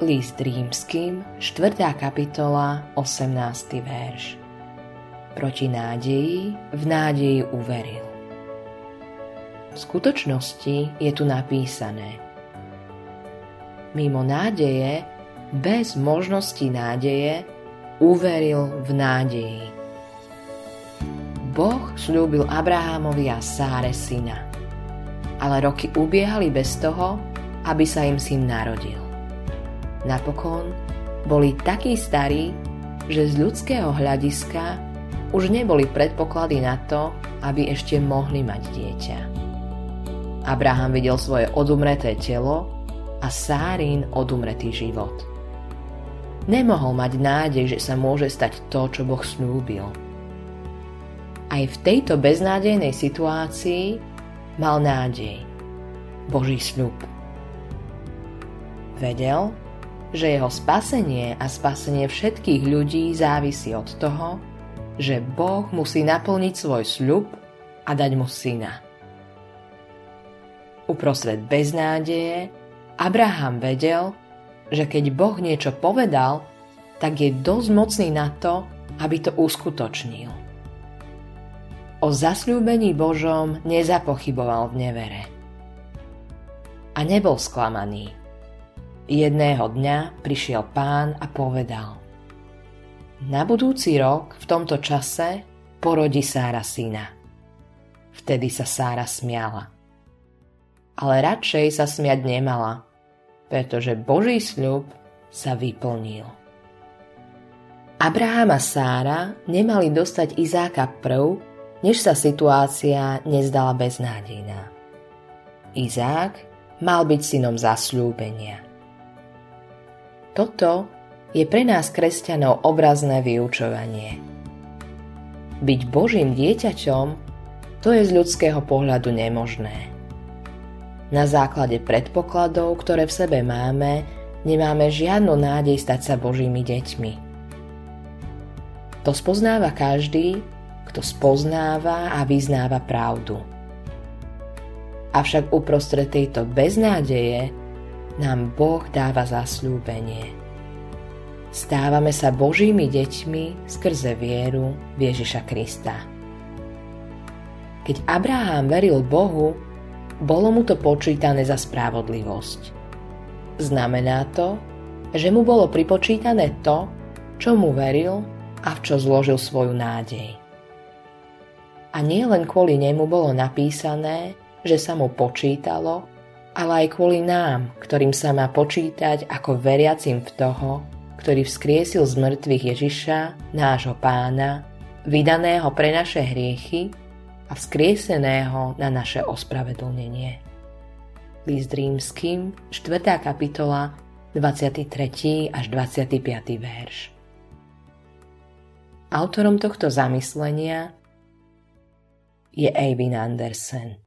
List Rímskym, 4. kapitola, 18. verš. Proti nádeji v nádeji uveril. V skutočnosti je tu napísané: mimo nádeje, bez možnosti nádeje, uveril v nádeji. Boh sľúbil Abrahamovi a Sáre syna, ale roky ubiehali bez toho, aby sa im syn narodil. Napokon boli takí starí, že z ľudského hľadiska už neboli predpoklady na to, aby ešte mohli mať dieťa. Abraham videl svoje odumreté telo a Sárin odumretý život. Nemohol mať nádej, že sa môže stať to, čo Boh sľúbil. Aj v tejto beznádejnej situácii mal nádej. Boží sľub. Vedel, že jeho spasenie a spasenie všetkých ľudí závisí od toho, že Boh musí naplniť svoj sľub a dať mu syna. Uprostred beznádeje Abraham vedel, že keď Boh niečo povedal, tak je dosť mocný na to, aby to uskutočnil. O zasľúbení Božom nezapochyboval v nevere. A nebol sklamaný. Jedného dňa prišiel Pán a povedal: na budúci rok v tomto čase porodí Sára syna. Vtedy sa Sára smiala. Ale radšej sa smiať nemala, pretože Boží sľub sa vyplnil. Abraham a Sára nemali dostať Izáka prv, než sa situácia nezdala beznádejná. Izák mal byť synom zasľúbenia. Toto je pre nás kresťanov obrazné vyučovanie. Byť Božím dieťaťom, to je z ľudského pohľadu nemožné. Na základe predpokladov, ktoré v sebe máme, nemáme žiadnu nádej stať sa Božími deťmi. To spoznáva každý, kto spoznáva a vyznáva pravdu. Avšak uprostred tejto beznádeje nám Boh dáva zasľúbenie. Stávame sa Božími deťmi skrze vieru v Ježiša Krista. Keď Abraham veril Bohu, bolo mu to počítané za spravodlivosť. Znamená to, že mu bolo pripočítané to, čo mu veril a v čo zložil svoju nádej. A nie len kvôli nemu bolo napísané, že sa mu počítalo, ale aj kvôli nám, ktorým sa má počítať ako veriacim v toho, ktorý vzkriesil z mŕtvych Ježiša, nášho Pána, vydaného pre naše hriechy a vzkrieseného na naše ospravedlnenie. List Rímskym, 4. kapitola, 23. až 25. verš. Autorom tohto zamyslenia je Eivind Andersen.